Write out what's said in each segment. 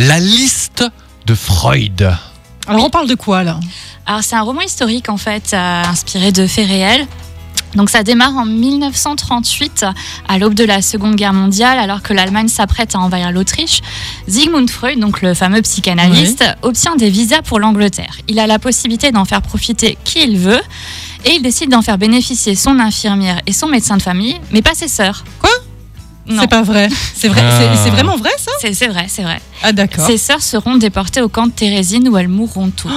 La liste de Freud. Alors on parle de quoi là ? Alors c'est un roman historique en fait, inspiré de faits réels. Donc ça démarre en 1938, à l'aube de la Seconde Guerre mondiale, alors que l'Allemagne s'apprête à envahir l'Autriche. Sigmund Freud, donc le fameux psychanalyste, obtient des visas pour l'Angleterre. Il a la possibilité d'en faire profiter qui il veut, et il décide d'en faire bénéficier son infirmière et son médecin de famille, mais pas ses sœurs. Quoi ? Non. C'est pas vrai. C'est vrai. C'est vraiment vrai ça ? C'est vrai, c'est vrai. Ah d'accord. Ses sœurs seront déportées au camp de Térésine où elles mourront toutes.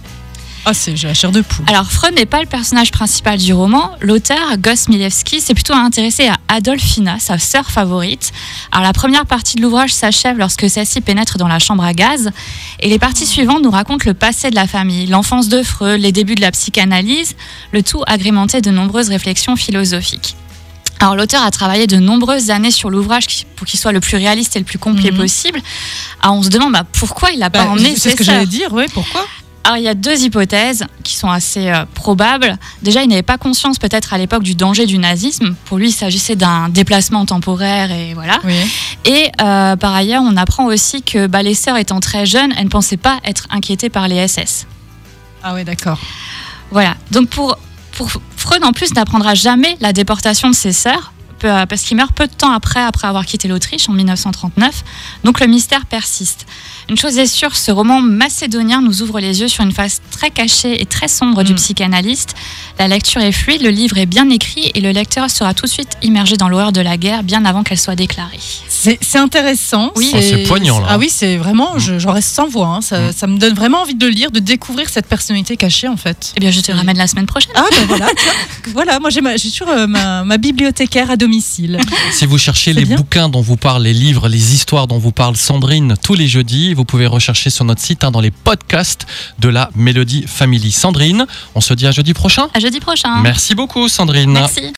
Ah j'ai la chair de poule. Alors Freud n'est pas le personnage principal du roman. L'auteur, Gos Milewski, s'est plutôt intéressé à Adolfina, sa sœur favorite. Alors la première partie de l'ouvrage s'achève lorsque celle-ci pénètre dans la chambre à gaz. Et les parties suivantes nous racontent le passé de la famille, l'enfance de Freud, les débuts de la psychanalyse, le tout agrémenté de nombreuses réflexions philosophiques. Alors l'auteur a travaillé de nombreuses années sur l'ouvrage pour qu'il soit le plus réaliste et le plus complet possible. Alors on se demande pourquoi il n'a pas emmené ses sœurs. C'est ce que j'allais dire, oui, pourquoi ? Alors il y a deux hypothèses qui sont assez probables. Déjà, il n'avait pas conscience peut-être à l'époque du danger du nazisme. Pour lui, il s'agissait d'un déplacement temporaire et voilà. Oui. Et par ailleurs, on apprend aussi que les sœurs étant très jeunes, elles ne pensaient pas être inquiétées par les SS. Ah oui, d'accord. Voilà. Donc pour Freud, en plus, n'apprendra jamais la déportation de ses sœurs, parce qu'il meurt peu de temps après avoir quitté l'Autriche, en 1939. Donc le mystère persiste. Une chose est sûre, ce roman macédonien nous ouvre les yeux sur une face très cachée et très sombre du psychanalyste. La lecture est fluide, le livre est bien écrit et le lecteur sera tout de suite immergé dans l'horreur de la guerre, bien avant qu'elle soit déclarée. C'est intéressant. Oui. C'est poignant là. Ah oui, c'est vraiment, j'en reste sans voix. Hein. Ça me donne vraiment envie de le lire, de découvrir cette personnalité cachée en fait. Eh bien, je te ramène la semaine prochaine. Ah ben voilà, voilà, moi j'ai toujours ma bibliothécaire à domicile. Si vous cherchez les bouquins dont vous parle, les livres, les histoires dont vous parle Sandrine tous les jeudis, vous pouvez rechercher sur notre site dans les podcasts de la Mélodie Family. Sandrine, on se dit à jeudi prochain. À jeudi prochain. Merci beaucoup Sandrine. Merci.